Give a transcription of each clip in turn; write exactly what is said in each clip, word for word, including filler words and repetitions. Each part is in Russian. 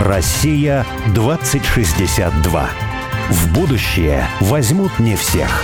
Россия двадцать шестьдесят два. В будущее возьмут не всех.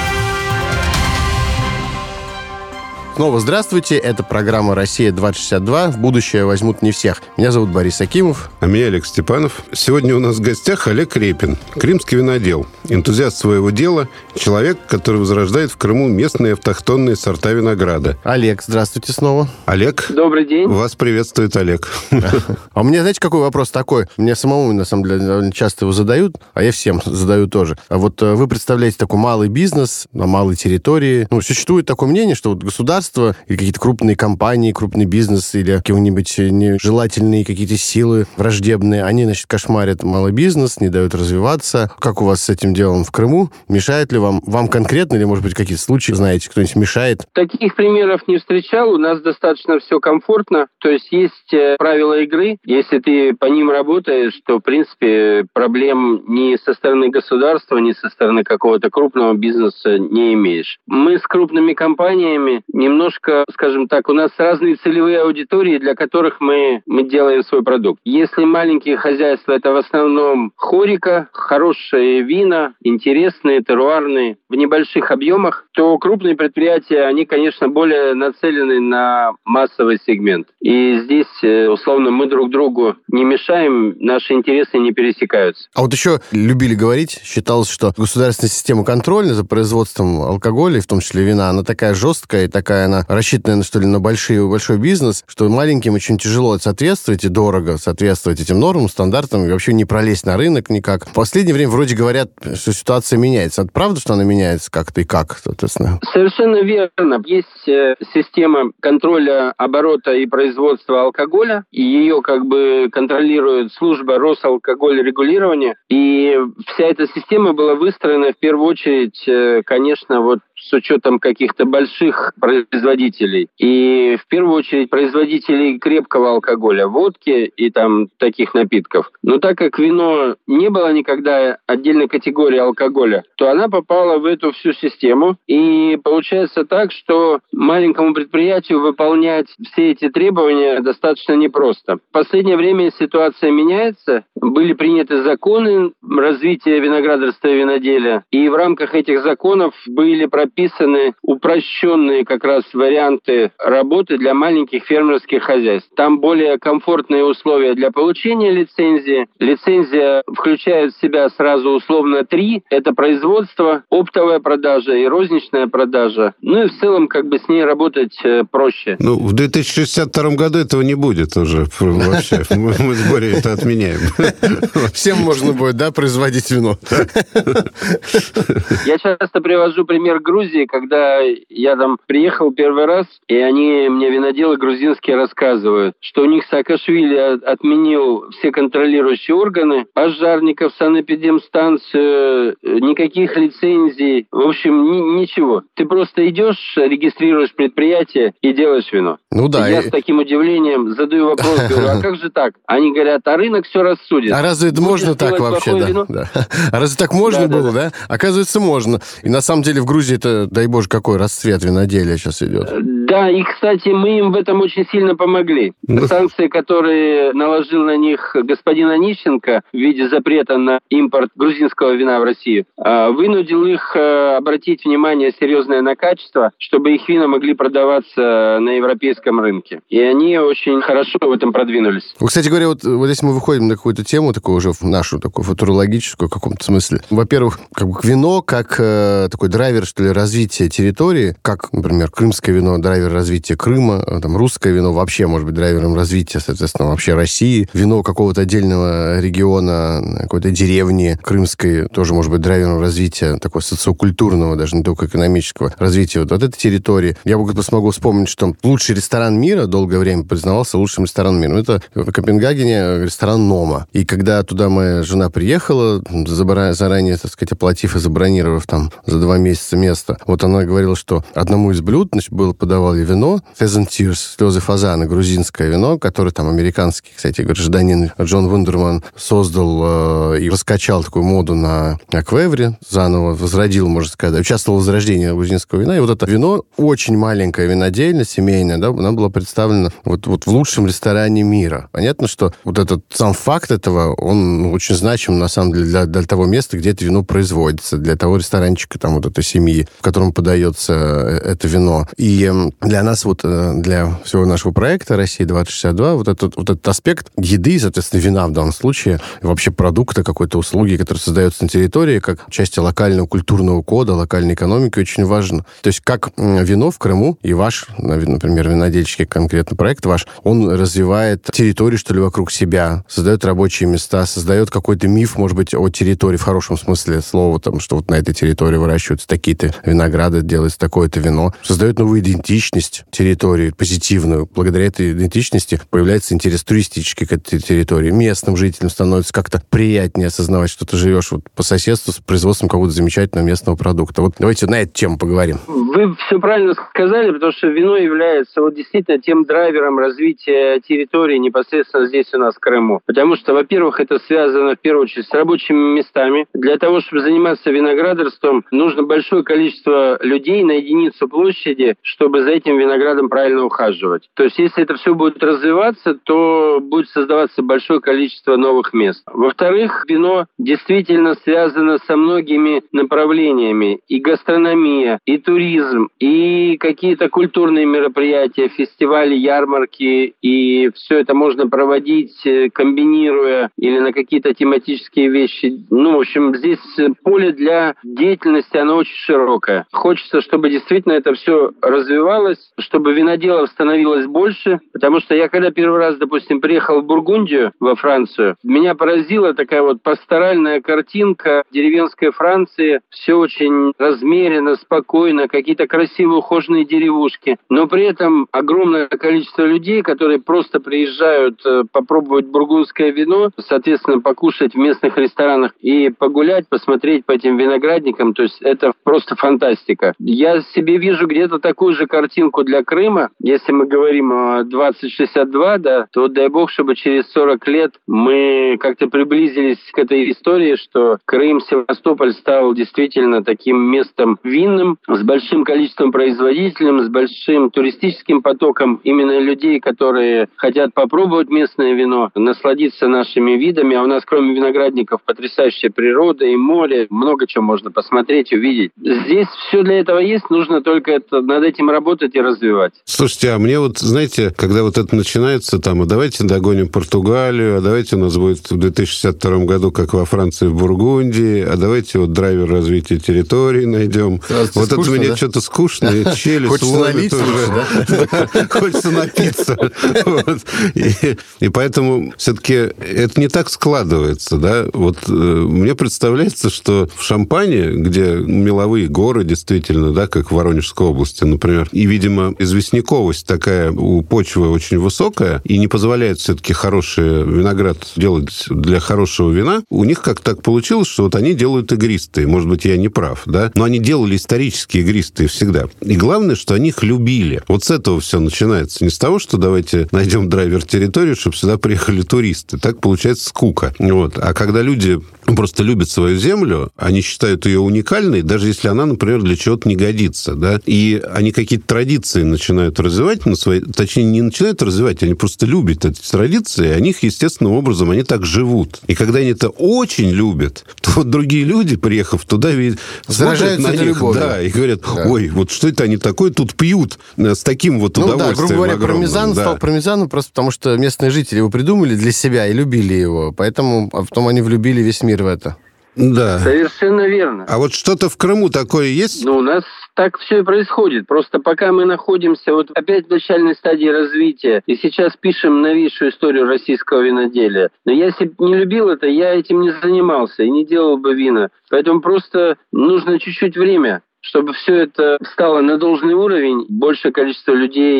Снова здравствуйте, это программа «Россия двадцать шестьдесят два. В будущее возьмут не всех». Меня зовут Борис Акимов. А меня Олег Степанов. Сегодня у нас в гостях Олег Репин, крымский винодел, энтузиаст своего дела, человек, который возрождает в Крыму местные автохтонные сорта винограда. Олег, здравствуйте снова. Олег. Добрый день. Вас приветствует Олег. А у меня, знаете, какой вопрос такой? Мне самому, на самом деле, довольно часто его задают, а я всем задаю тоже. А вот вы представляете такой малый бизнес на малой территории. Ну, существует такое мнение, что вот государство или какие-то крупные компании, крупный бизнес или какие-нибудь нежелательные какие-то силы враждебные, они, значит, кошмарят малый бизнес, не дают развиваться. Как у вас с этим делом в Крыму? Мешает ли вам? Вам конкретно или, может быть, какие-то случаи знаете, кто-нибудь мешает? Таких примеров не встречал. У нас достаточно все комфортно. То есть есть правила игры. Если ты по ним работаешь, то, в принципе, проблем ни со стороны государства, ни со стороны какого-то крупного бизнеса не имеешь. Мы с крупными компаниями немного Немножко, скажем так, у нас разные целевые аудитории, для которых мы, мы делаем свой продукт. Если маленькие хозяйства, это в основном хорика, хорошие вина, интересные, теруарные, в небольших объемах, то крупные предприятия, они, конечно, более нацелены на массовый сегмент. И здесь, условно, мы друг другу не мешаем, наши интересы не пересекаются. А вот еще любили говорить, считалось, что государственная система контроля за производством алкоголя, в том числе вина, она такая жесткая и такая она рассчитана, что ли, на большой, большой бизнес, что маленьким очень тяжело соответствовать и дорого соответствовать этим нормам, стандартам, и вообще не пролезть на рынок никак. В последнее время вроде говорят, что ситуация меняется. Это правда, что она меняется как-то и как, соответственно? Совершенно верно. Есть система контроля оборота и производства алкоголя, и ее как бы контролирует служба Росалкогольрегулирования. И вся эта система была выстроена в первую очередь, конечно, вот с учетом каких-то больших производителей. И в первую очередь производителей крепкого алкоголя, водки и там таких напитков. Но так как вино не было никогда отдельной категории алкоголя, то она попала в эту всю систему. И получается так, что маленькому предприятию выполнять все эти требования достаточно непросто. В последнее время ситуация меняется. Были приняты законы развития виноградарства и виноделия. И в рамках этих законов были прописаны упрощенные как раз варианты работы для маленьких фермерских хозяйств. Там более комфортные условия для получения лицензии. Лицензия включает в себя сразу условно три. Это производство, оптовая продажа и розничная продажа. Ну и в целом как бы с ней работать проще. Ну, в две тысячи шестьдесят втором году этого не будет уже вообще. Мы с Борей это отменяем. Всем можно будет, да, производить вино? Я часто привожу пример Грузии, когда я там приехал первый раз, и они мне, виноделы грузинские, рассказывают, что у них Саакашвили отменил все контролирующие органы, пожарников, санэпидемстанцию, никаких лицензий, в общем, ни- ничего. Ты просто идешь, регистрируешь предприятие и делаешь вино. Ну да. Я и... с таким удивлением задаю вопрос, говорю, а как же так? Они говорят, а рынок все рассудит. А разве это можно так вообще? Да? Да. А разве так можно да, было, да, да? Оказывается, можно. И на самом деле в Грузии это, дай боже, какой расцвет виноделия сейчас идет. Да, и, кстати, мы им в этом очень сильно помогли. Санкции, которые наложил на них господин Онищенко в виде запрета на импорт грузинского вина в Россию, вынудил их обратить внимание серьезное на качество, чтобы их вина могли продаваться на европейском рынке. И они очень хорошо в этом продвинулись. Вы, кстати говоря, вот, вот здесь мы выходим на какую-то тему, такую уже в нашу, такую футурологическую в каком-то смысле. Во-первых, как бы вино, как э, такой драйвер, что ли, развития территории, как, например, крымское вино, драйвер развития Крыма, там, русское вино вообще может быть драйвером развития, соответственно, вообще России. Вино какого-то отдельного региона, какой-то деревни крымской тоже может быть драйвером развития такого социокультурного, даже не только экономического развития вот, вот этой территории. Я бы смогу вспомнить, что лучший ресторан мира долгое время признавался лучшим рестораном мира. Это в Копенгагене ресторан Нома. И когда туда моя жена приехала, заранее, так сказать, оплатив и забронировав там за два месяца место просто. Вот она говорила, что одному из блюд, значит, было подавали вино Pheasant Tears, слезы фазана, грузинское вино, которое там американский, кстати, гражданин Джон Вундерман создал э, и раскачал такую моду на аквевре, заново возродил, можно сказать, участвовал в возрождении грузинского вина. И вот это вино, очень маленькая винодельня, семейная, да, она была представлена вот, вот в лучшем ресторане мира. Понятно, что вот этот сам факт этого, он ну, очень значим, на самом деле, для, для того места, где это вино производится, для того ресторанчика, там, вот этой семьи, в котором подается это вино. И для нас, вот, для всего нашего проекта «Россия двадцать шестьдесят два», вот этот, вот этот аспект еды, соответственно, вина в данном случае, и вообще продукта, какой-то услуги, которые создаются на территории, как части локального культурного кода, локальной экономики, очень важно. То есть как вино в Крыму и ваш, например, винодельческий конкретно проект ваш, он развивает территорию, что ли, вокруг себя, создает рабочие места, создает какой-то миф, может быть, о территории в хорошем смысле слова, там, что вот на этой территории выращиваются такие-то винограды, делается такое-то вино, создает новую идентичность территории, позитивную. Благодаря этой идентичности появляется интерес туристический к этой территории. Местным жителям становится как-то приятнее осознавать, что ты живешь вот по соседству с производством какого-то замечательного местного продукта. Вот давайте на эту тему поговорим. Вы все правильно сказали, потому что вино является вот действительно тем драйвером развития территории непосредственно здесь у нас в Крыму. Потому что, во-первых, это связано в первую очередь с рабочими местами. Для того, чтобы заниматься виноградарством, нужно большое количество людей на единицу площади, чтобы за этим виноградом правильно ухаживать. То есть, если это все будет развиваться, то будет создаваться большое количество новых мест. Во-вторых, вино действительно связано со многими направлениями. И гастрономия, и туризм, и какие-то культурные мероприятия, фестивали, ярмарки. И все это можно проводить, комбинируя или на какие-то тематические вещи. Ну, в общем, здесь поле для деятельности, оно очень широкое. Хочется, чтобы действительно это все развивалось, чтобы виноделов становилось больше, потому что я когда первый раз, допустим, приехал в Бургундию, во Францию, меня поразила такая вот пасторальная картинка деревенской Франции. Все очень размеренно, спокойно, какие-то красивые ухоженные деревушки, но при этом огромное количество людей, которые просто приезжают попробовать бургундское вино, соответственно, покушать в местных ресторанах и погулять, посмотреть по этим виноградникам. То есть это просто фантастика. Я себе вижу где-то такую же картинку для Крыма. Если мы говорим о двадцать шестьдесят два, да, то дай бог, чтобы через сорок лет мы как-то приблизились к этой истории, что Крым, Севастополь стал действительно таким местом винным, с большим количеством производителей, с большим туристическим потоком именно людей, которые хотят попробовать местное вино, насладиться нашими видами. А у нас, кроме виноградников, потрясающая природа и море, много чего можно посмотреть, увидеть. Здесь все для этого есть, нужно только это, над этим работать и развивать. Слушайте, а мне вот, знаете, когда вот это начинается, там, а давайте догоним Португалию, а давайте у нас будет в две тысячи шестьдесят втором году, как во Франции, в Бургундии, а давайте вот драйвер развития территории найдем. Сразу вот скучно, это мне да? что-то скучно, и челюсть Хочется ловит напиться уже. Хочется напиться. И поэтому все-таки это не так складывается, да. Вот мне представляется, что в Шампане, где меловые горы, действительно, да, как в Воронежской области, например, и, видимо, известняковость такая у почвы очень высокая и не позволяет все-таки хороший виноград делать для хорошего вина, у них как так получилось, что вот они делают игристые. Может быть, я не прав, да? Но они делали исторически игристые всегда. И главное, что они их любили. Вот с этого все начинается. Не с того, что давайте найдем драйвер территории, чтобы сюда приехали туристы. Так получается скука. Вот. А когда люди просто любят свою землю, они считают ее уникальной, даже если она, например, для чего-то не годится, да, и они какие-то традиции начинают развивать на свои, точнее, не начинают развивать, они просто любят эти традиции, и они их естественным образом, они так живут. И когда они это очень любят, то вот другие люди, приехав туда, видят, смотрят на них, любовью. Да, и говорят, да. Ой, вот что это они такое тут пьют с таким вот удовольствием. Ну да, грубо говоря, огромным. Пармезан да. стал пармезаном просто потому, что местные жители его придумали для себя и любили его, поэтому а потом они влюбили весь мир в это. Да. Совершенно верно. А вот что-то в Крыму такое есть? Ну, у нас так все и происходит. Просто пока мы находимся вот опять в начальной стадии развития, и сейчас пишем новейшую историю российского виноделия. Но если бы не любил это, я этим не занимался и не делал бы вина. Поэтому просто нужно чуть-чуть время, чтобы все это встало на должный уровень, большее количество людей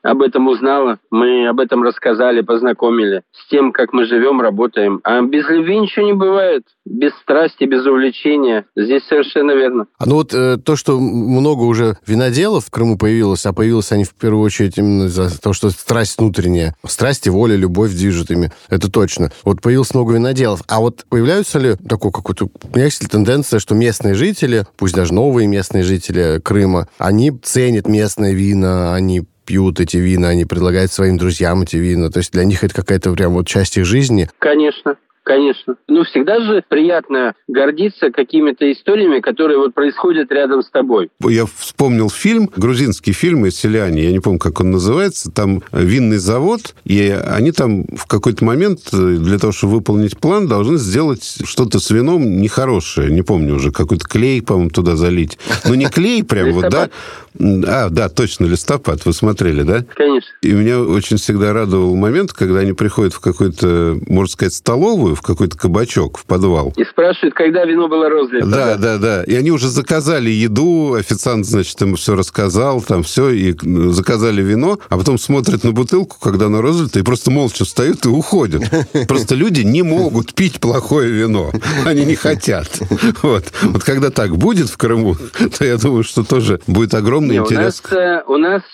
об этом узнала, мы об этом рассказали, познакомили с тем, как мы живем, работаем. А без любви ничего не бывает. Без страсти, без увлечения. Здесь совершенно верно. А ну вот э, то, что много уже виноделов в Крыму появилось, а появилось они в первую очередь именно за то, что страсть внутренняя. Страсть и воля, любовь движет ими. Это точно. Вот появилось много виноделов. А вот появляются ли такой какой-то... Есть ли тенденция, что местные жители, пусть даже новые местные жители Крыма, они ценят местное вино, они пьют эти вина, они предлагают своим друзьям эти вина. То есть для них это какая-то прям вот часть их жизни? Конечно. Конечно. Ну, всегда же приятно гордиться какими-то историями, которые вот происходят рядом с тобой. Я вспомнил фильм, грузинский фильм «Селяне», я не помню, как он называется, там винный завод, и они там в какой-то момент для того, чтобы выполнить план, должны сделать что-то с вином нехорошее, не помню уже, какой-то клей, по-моему, туда залить. Ну, не клей прям вот, да? А, да, точно, листопад, вы смотрели, да? Конечно. И меня очень всегда радовал момент, когда они приходят в какую-то, можно сказать, столовую, в какой-то кабачок, в подвал. И спрашивают, когда вино было розлито. Да, да, да. И они уже заказали еду, официант, значит, ему все рассказал, там все, и заказали вино, а потом смотрят на бутылку, когда оно розлито, и просто молча встают и уходят. Просто люди не могут пить плохое вино. Они не хотят. Вот. Вот когда так будет в Крыму, то я думаю, что тоже будет огромный не, интерес. У нас, у нас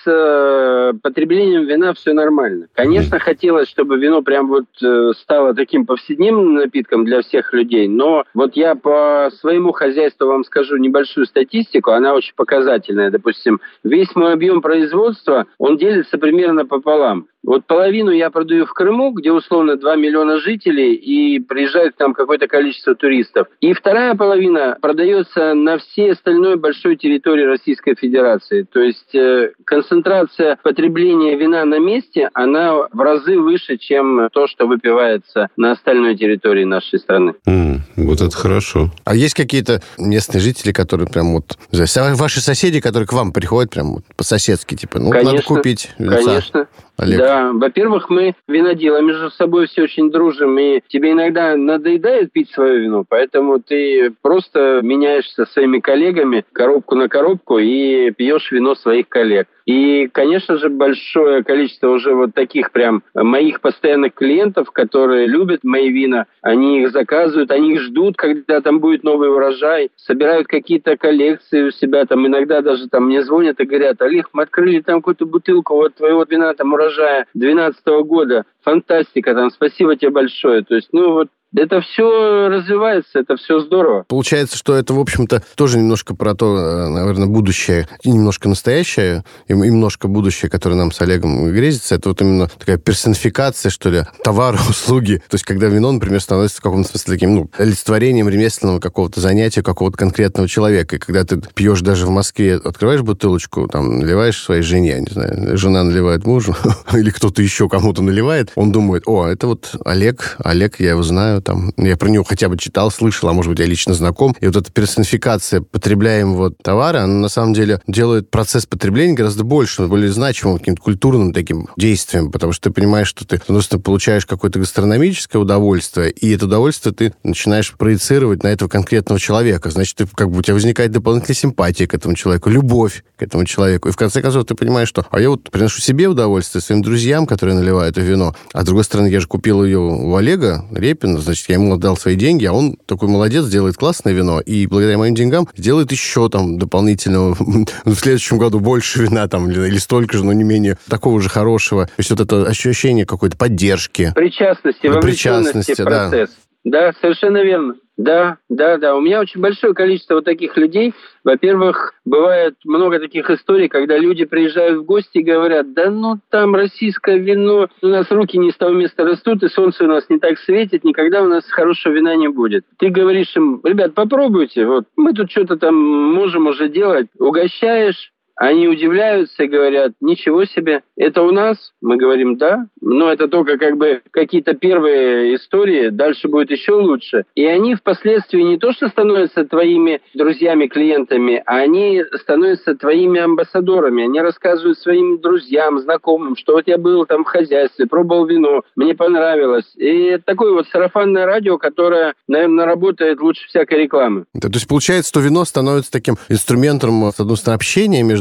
с потреблением вина все нормально. Конечно, mm. хотелось, чтобы вино прям вот стало таким повседневным напитком для всех людей, но вот я по своему хозяйству вам скажу небольшую статистику, она очень показательная. Допустим, весь мой объем производства, он делится примерно пополам. Вот половину я продаю в Крыму, где условно два миллиона жителей, и приезжает там какое-то количество туристов. И вторая половина продается на всей остальной большой территории Российской Федерации. То есть э, концентрация потребления вина на месте, она в разы выше, чем то, что выпивается на остальной территории нашей страны. Mm, вот это хорошо. А есть какие-то местные жители, которые прям вот... Ваши соседи, которые к вам приходят прям вот по-соседски, типа, ну, конечно, надо купить винца. Конечно. Олег. Да, во-первых, мы виноделы между собой все очень дружим, и тебе иногда надоедает пить свое вино, поэтому ты просто меняешься со своими коллегами коробку на коробку и пьешь вино своих коллег. И, конечно же, большое количество уже вот таких прям моих постоянных клиентов, которые любят мои вина, они их заказывают, они их ждут, когда там будет новый урожай, собирают какие-то коллекции у себя, там иногда даже там мне звонят и говорят: Олег, мы открыли там какую-то бутылку вот твоего вина, там урожая двенадцатого года, фантастика, там, спасибо тебе большое. То есть, ну вот, это все развивается, это все здорово. Получается, что это, в общем-то, тоже немножко про то, наверное, будущее, и немножко настоящее, и немножко будущее, которое нам с Олегом грезится. Это вот именно такая персонификация, что ли, товара, услуги. То есть, когда вино, например, становится в каком-то смысле таким, ну, олицетворением ремесленного какого-то занятия, какого-то конкретного человека. И когда ты пьешь даже в Москве, открываешь бутылочку, там, наливаешь своей жене, я не знаю, жена наливает мужу, или кто-то еще кому-то наливает, он думает: о, это вот Олег, Олег, я его знаю, там, я про него хотя бы читал, слышал, а может быть, я лично знаком. И вот эта персонификация потребляемого товара, она на самом деле делает процесс потребления гораздо больше, более значимым, каким-то культурным таким действием, потому что ты понимаешь, что ты просто получаешь какое-то гастрономическое удовольствие, и это удовольствие ты начинаешь проецировать на этого конкретного человека. Значит, ты, как бы, у тебя возникает дополнительная симпатия к этому человеку, любовь к этому человеку. И в конце концов ты понимаешь, что а я вот приношу себе удовольствие, своим друзьям, которые наливают это вино, а с другой стороны, я же купил ее у Олега Репина, значит, я ему отдал свои деньги, а он такой молодец, делает классное вино, и благодаря моим деньгам сделает еще там дополнительного в следующем году больше вина там, или, или столько же, но не менее такого же хорошего. То есть вот это ощущение какой-то поддержки. Причастности, вовлеченности в процесс. Да. да, совершенно верно. Да, да, да. У меня очень большое количество вот таких людей. Во-первых, бывает много таких историй, когда люди приезжают в гости и говорят: да ну там российское вино, у нас руки не с того места растут, и солнце у нас не так светит, никогда у нас хорошего вина не будет. Ты говоришь им: ребят, попробуйте, вот мы тут что-то там можем уже делать. Угощаешь, они удивляются и говорят: ничего себе, это у нас? Мы говорим: да, но это только как бы какие-то первые истории, дальше будет еще лучше. И они впоследствии не то что становятся твоими друзьями, клиентами, а они становятся твоими амбассадорами. Они рассказывают своим друзьям, знакомым, что вот я был там в хозяйстве, пробовал вино, мне понравилось. И это такое вот сарафанное радио, которое, наверное, работает лучше всякой рекламы. Да, то есть получается, что вино становится таким инструментом, с одной стороны, общения между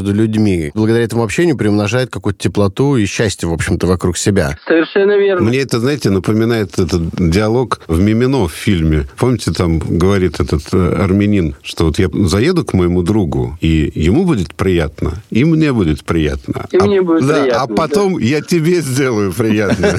между людьми. Благодаря этому общению приумножает какую-то теплоту и счастье, в общем-то, вокруг себя. Совершенно верно. Мне это, знаете, напоминает этот диалог в «Мимино» в фильме. Помните, там говорит этот армянин, что вот я заеду к моему другу, и ему будет приятно, и мне будет приятно. И а, мне будет да, приятно. А потом да. я тебе сделаю приятно.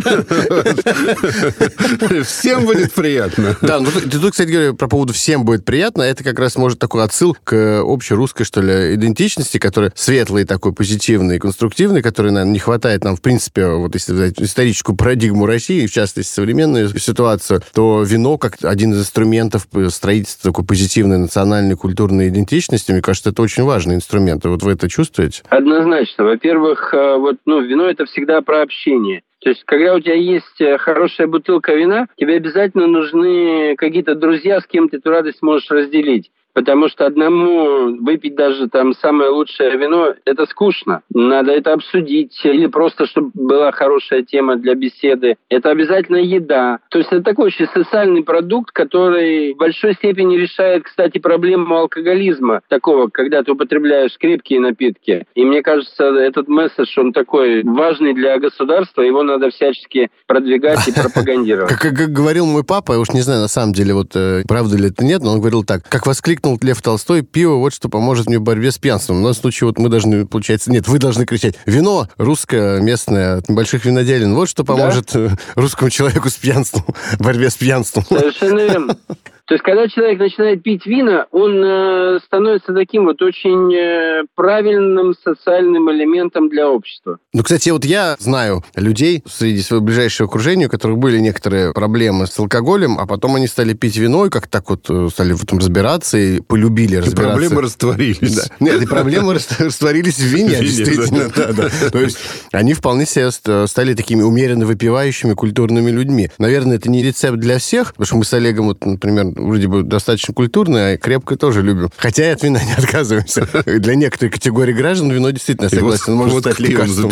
Всем будет приятно. Да, ну тут, кстати говоря, про поводу «всем будет приятно», это как раз может такой отсыл к общерусской, что ли, идентичности, которая светлой, такой позитивной, конструктивной, которой, наверное, не хватает нам, в принципе, вот если взять историческую парадигму России, в частности, современную ситуацию, то вино, как один из инструментов строительства такой позитивной национальной культурной идентичности, мне кажется, это очень важный инструмент. Вот вы это чувствуете? Однозначно. Во-первых, вот, ну, вино – это всегда про общение. То есть, когда у тебя есть хорошая бутылка вина, тебе обязательно нужны какие-то друзья, с кем ты эту радость можешь разделить. Потому что одному выпить даже там самое лучшее вино – это скучно. Надо это обсудить. Или просто, чтобы была хорошая тема для беседы. Это обязательно еда. То есть это такой очень социальный продукт, который в большой степени решает, кстати, проблему алкоголизма. Такого, когда ты употребляешь крепкие напитки. И мне кажется, этот месседж, он такой важный для государства. Его надо всячески продвигать и пропагандировать. Как, как говорил мой папа, я уж не знаю, на самом деле, вот правда ли это нет, но он говорил так: как воскликнул Лев Толстой: пиво, вот что поможет мне в борьбе с пьянством. В нашем случае вот мы должны, получается, нет, вы должны кричать: вино русское, местное, от небольших виноделин, вот что поможет да? русскому человеку с пьянством, в борьбе с пьянством. Совершенно верно. То есть, когда человек начинает пить вина, он э, становится таким вот очень э, правильным социальным элементом для общества. Ну, кстати, вот я знаю людей среди своего ближайшего окружения, у которых были некоторые проблемы с алкоголем, а потом они стали пить вино, и как так вот стали в этом разбираться, и полюбили разбираться. И проблемы растворились. Да. Нет, и проблемы растворились в вине, действительно. Да, да. То есть они вполне себе стали такими умеренно выпивающими культурными людьми. Наверное, это не рецепт для всех, потому что мы с Олегом, вот, например, вроде бы достаточно культурные, а крепкое тоже любим. Хотя и от вина не отказываемся. Для некоторой категории граждан вино действительно, я согласен, может стать лекарством.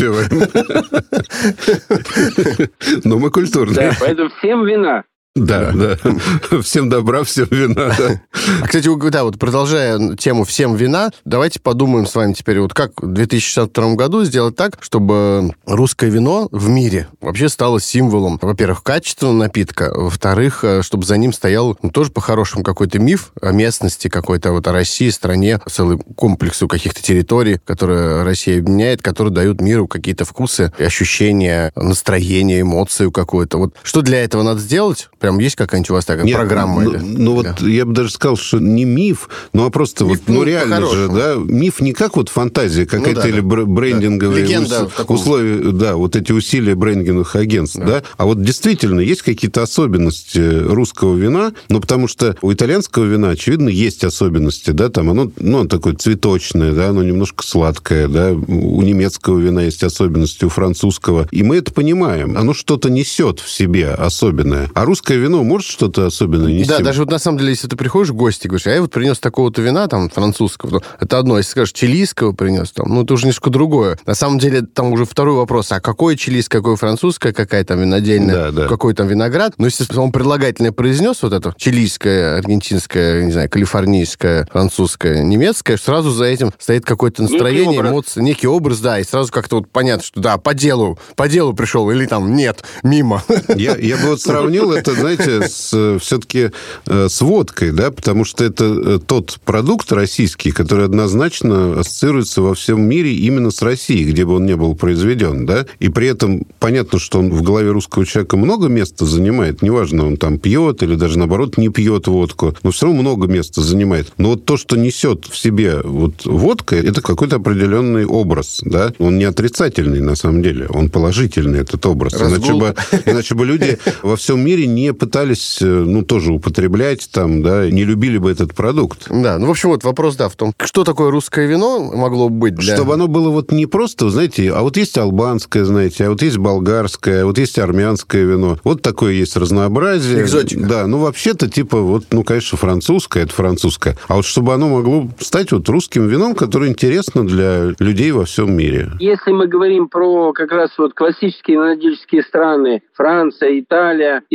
Но мы культурные. Да, поэтому всем вина. Да, да, да. Всем добра, всем вина. Да. А, кстати, да, вот продолжая тему «всем вина», давайте подумаем с вами теперь, вот как в две тысячи шестьдесят втором году сделать так, чтобы русское вино в мире вообще стало символом, во-первых, качественного напитка, во-вторых, чтобы за ним стоял, ну, тоже по-хорошему какой-то миф о местности, какой-то вот о России, стране, целый комплекс каких-то территорий, которые Россия объединяет, которые дают миру какие-то вкусы, ощущения, настроение, эмоцию какую-то. Вот что для этого надо сделать? Прям есть какая-нибудь у вас такая Нет, программа? Ну, или... ну да. вот я бы даже сказал, что не миф, ну а просто миф, вот, ну реально по-хорошему. же, да, миф не как вот фантазия какая-то ну, да, или да. брендинговые да. Легенда ус- условия, да, вот эти усилия брендинговых агентств, да. да, а вот действительно есть какие-то особенности русского вина, ну потому что у итальянского вина, очевидно, есть особенности, да, там оно, ну, оно такое цветочное, да, оно немножко сладкое, да, у немецкого вина есть особенности, у французского, и мы это понимаем, оно что-то несет в себе особенное, а русское вино может что-то особенное нести? Да, даже вот на самом деле, если ты приходишь в гости и говоришь: а я вот принес такого-то вина, там, французского, то это одно. Если скажешь, чилийского принес, там, ну, это уже немножко другое. На самом деле, там уже второй вопрос: а какое чилийское, какое французское, какая там винодельная, да, да. какой там виноград. Но если он предлагательное произнес, вот это чилийское, аргентинское, не знаю, калифорнийское, французское, немецкое, сразу за этим стоит какое-то настроение, эмоции, некий образ, да, и сразу как-то вот понятно, что да, по делу, по делу пришел, или там нет, мимо. Я, я бы вот сравнил это, знаете, с, все-таки с водкой, да, потому что это тот продукт российский, который однозначно ассоциируется во всем мире именно с Россией, где бы он ни был произведен, да, и при этом понятно, что он в голове русского человека много места занимает, неважно, он там пьет или даже, наоборот, не пьет водку, но все равно много места занимает. Но вот то, что несет в себе вот водка, это какой-то определенный образ, да, он не отрицательный, на самом деле, он положительный, этот образ. Иначе бы, иначе бы люди во всем мире не пытались, ну, тоже употреблять там, да, не любили бы этот продукт. Да, ну, в общем, вот вопрос, да, в том, что такое русское вино могло быть для... Чтобы оно было вот не просто, знаете, а вот есть албанское, знаете, а вот есть болгарское, а вот есть армянское вино. Вот такое есть разнообразие. Экзотика. Да, ну, вообще-то, типа, вот, ну, конечно, французское, это французское. А вот чтобы оно могло стать вот русским вином, которое интересно для людей во всем мире. Если мы говорим про как раз вот классические винодельческие страны, Франция, Италия, и здесь даже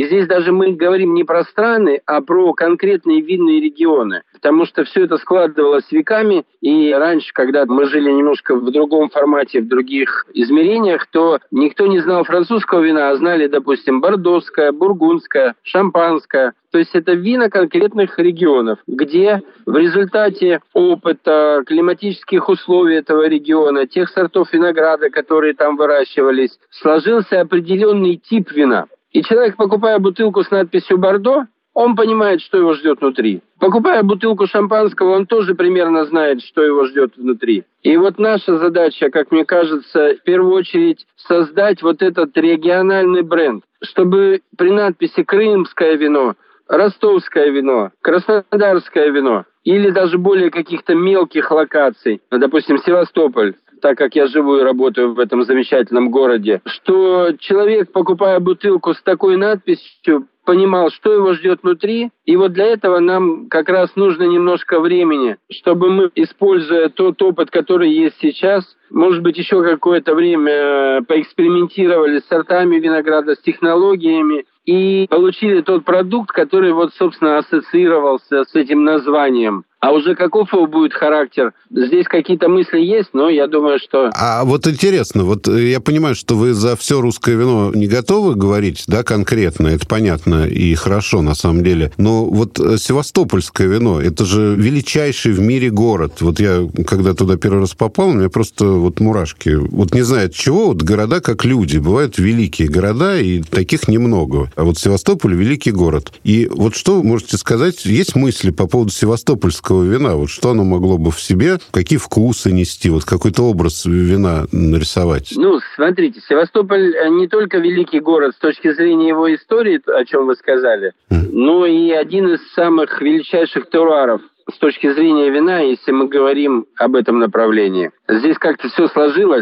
же мы говорим не про страны, а про конкретные винные регионы. Потому что все это складывалось веками, и раньше, когда мы жили немножко в другом формате, в других измерениях, то никто не знал французского вина, а знали, допустим, бордоское, бургундское, шампанское. То есть это вина конкретных регионов, где в результате опыта, климатических условий этого региона, тех сортов винограда, которые там выращивались, сложился определенный тип вина. И человек, покупая бутылку с надписью «Бордо», он понимает, что его ждет внутри. Покупая бутылку шампанского, он тоже примерно знает, что его ждет внутри. И вот наша задача, как мне кажется, в первую очередь создать вот этот региональный бренд, чтобы при надписи «Крымское вино», «Ростовское вино», «Краснодарское вино» или даже более каких-то мелких локаций, допустим, Севастополь, так как я живу и работаю в этом замечательном городе, что человек, покупая бутылку с такой надписью, понимал, что его ждет внутри. И вот для этого нам как раз нужно немножко времени, чтобы мы, используя тот опыт, который есть сейчас, может быть, еще какое-то время поэкспериментировали с сортами винограда, с технологиями, и получили тот продукт, который вот, собственно, ассоциировался с этим названием. А уже каков его будет характер? Здесь какие-то мысли есть, но я думаю, что... А вот интересно, вот я понимаю, что вы за все русское вино не готовы говорить, да, конкретно, это понятно и хорошо на самом деле, но вот севастопольское вино, это же величайший в мире город. Вот я, когда туда первый раз попал, у меня просто вот мурашки. Вот не знаю от чего, вот города как люди. Бывают великие города, и таких немного. А вот Севастополь – великий город. И вот что вы можете сказать, есть мысли по поводу севастопольского вина? Вот что оно могло бы в себе, какие вкусы нести, вот какой-то образ вина нарисовать? Ну, смотрите, Севастополь не только великий город с точки зрения его истории, о чем вы сказали, mm. но и один из самых величайших теруаров с точки зрения вина, если мы говорим об этом направлении. Здесь как-то все сложилось,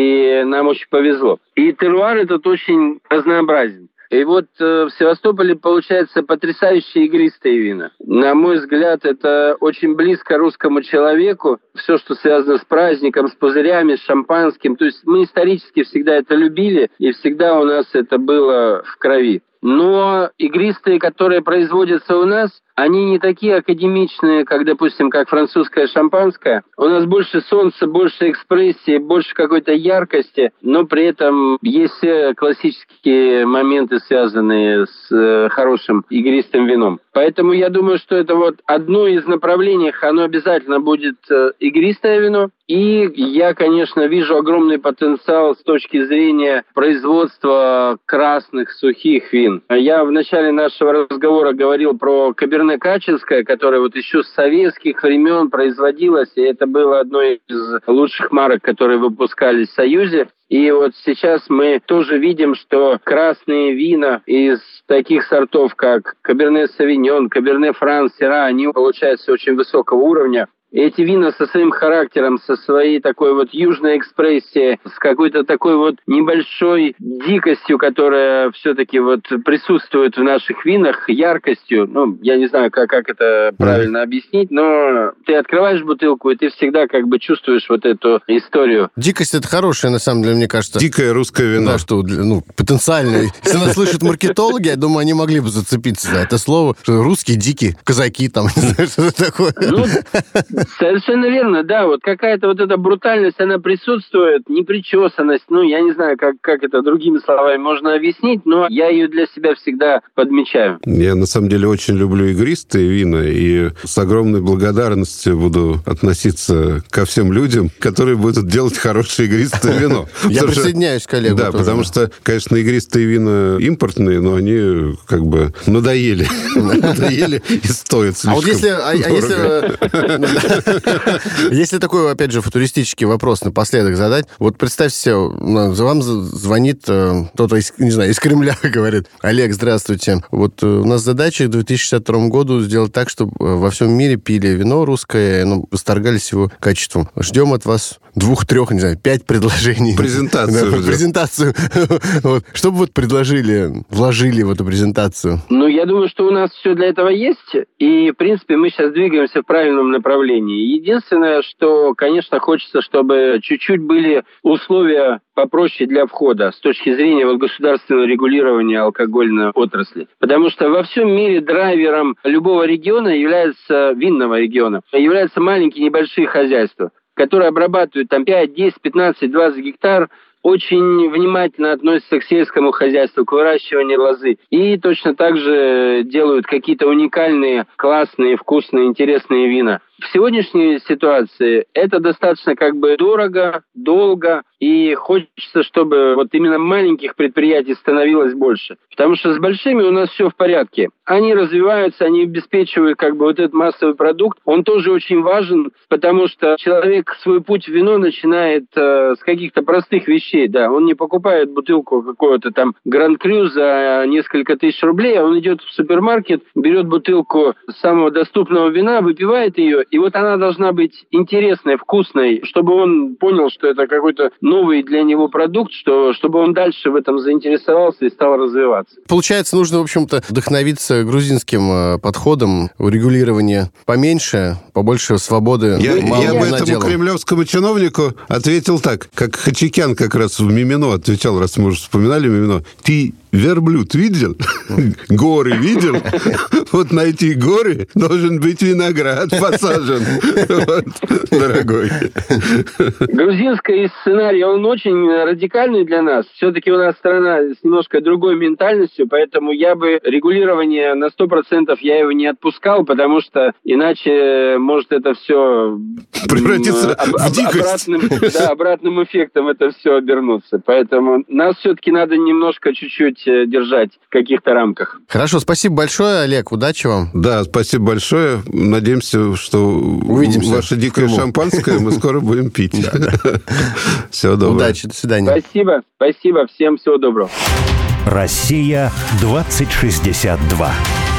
и нам очень повезло. И теруар этот очень разнообразен. И вот э, в Севастополе получается потрясающие игристые вина. На мой взгляд, это очень близко русскому человеку. Все, что связано с праздником, с пузырями, с шампанским. То есть мы исторически всегда это любили, и всегда у нас это было в крови. Но игристые, которые производятся у нас, они не такие академичные, как, допустим, как французское шампанское. У нас больше солнца, больше экспрессии, больше какой-то яркости, но при этом есть все классические моменты, связанные с э, хорошим игристым вином. Поэтому я думаю, что это вот одно из направлений, оно обязательно будет э, игристое вино. И я, конечно, вижу огромный потенциал с точки зрения производства красных сухих вин. Я в начале нашего разговора говорил про Каберне Качинское, которое вот еще с советских времен производилось, и это было одной из лучших марок, которые выпускались в Союзе. И вот сейчас мы тоже видим, что красные вина из таких сортов, как Каберне Савиньон, Каберне Франс, Сира, они получаются очень высокого уровня. Эти вина со своим характером, со своей такой вот южной экспрессией, с какой-то такой вот небольшой дикостью, которая все-таки вот присутствует в наших винах, яркостью, ну, я не знаю, как, как это правильно объяснить, но ты открываешь бутылку, и ты всегда как бы чувствуешь вот эту историю. Дикость — это хорошая, на самом деле, мне кажется. Дикое русское вино. Да, что, ну, потенциально. Если нас слышат маркетологи, я думаю, они могли бы зацепиться за это слово, что русские дикие казаки, там, не знаю, что такое. Ну, совершенно верно, да, вот какая-то вот эта брутальность, она присутствует, непричесанность, ну, я не знаю, как, как это другими словами можно объяснить, но я ее для себя всегда подмечаю. Я, на самом деле, очень люблю игристые вина, и с огромной благодарностью буду относиться ко всем людям, которые будут делать хорошее игристое вино. Я присоединяюсь к коллегам. Да, потому что, конечно, игристые вина импортные, но они как бы надоели. Надоели и стоят слишком. А вот если... А если... Если такой, опять же, футуристический вопрос напоследок задать, вот представьте себе, вам звонит кто-то, из, не знаю, из Кремля, говорит: Олег, здравствуйте, вот у нас задача к две тысячи шестьдесят второму году сделать так, чтобы во всем мире пили вино русское, ну, восторгались его качеством. Ждем от вас двух-трех, не знаю, пять предложений. Презентацию. Да, презентацию. Вот. Что бы вот предложили, вложили в эту презентацию? Ну, я думаю, что у нас все для этого есть, и, в принципе, мы сейчас двигаемся в правильном направлении. направлении. Единственное, что, конечно, хочется, чтобы чуть-чуть были условия попроще для входа с точки зрения вот государственного регулирования алкогольной отрасли. Потому что во всем мире драйвером любого региона является, винного региона, являются маленькие небольшие хозяйства, которые обрабатывают там пять, десять, пятнадцать, двадцать гектар, очень внимательно относятся к сельскому хозяйству, к выращиванию лозы. И точно так же делают какие-то уникальные, классные, вкусные, интересные вина. В сегодняшней ситуации это достаточно как бы дорого, долго, и хочется, чтобы вот именно маленьких предприятий становилось больше. Потому что с большими у нас все в порядке. Они развиваются, они обеспечивают как бы вот этот массовый продукт. Он тоже очень важен, потому что человек свой путь в вино начинает э, с каких-то простых вещей. Да, он не покупает бутылку какого-то там Гран-Крю за несколько тысяч рублей, а он идет в супермаркет, берет бутылку самого доступного вина, выпивает ее. И вот она должна быть интересной, вкусной, чтобы он понял, что это какой-то новый для него продукт, что, чтобы он дальше в этом заинтересовался и стал развиваться. Получается, нужно, в общем-то, вдохновиться грузинским подходом урегулирования поменьше, побольше свободы. Я, я бы этому наделом. кремлевскому чиновнику ответил так, как Хачикян как раз в «Мимино» отвечал, раз мы уже вспоминали «Мимино». Ты верблюд видел? Горы видел? Вот на эти горы должен быть виноград посажен. Вот, дорогой. Грузинский сценарий, он очень радикальный для нас. Все-таки у нас страна с немножко другой ментальностью, поэтому я бы регулирование на сто процентов я его не отпускал, потому что иначе может это все превратиться об, в дикость. Обратным, да, обратным эффектом это все обернуться. Поэтому нас все-таки надо немножко чуть-чуть держать в каких-то рамках. Хорошо, спасибо большое, Олег, удачи вам. Да, спасибо большое. Надеемся, что увидимся ваше дикое шампанское мы скоро будем пить. Всего доброго. Удачи, до свидания. Спасибо, спасибо, всем всего доброго. Россия двадцать шестьдесят два.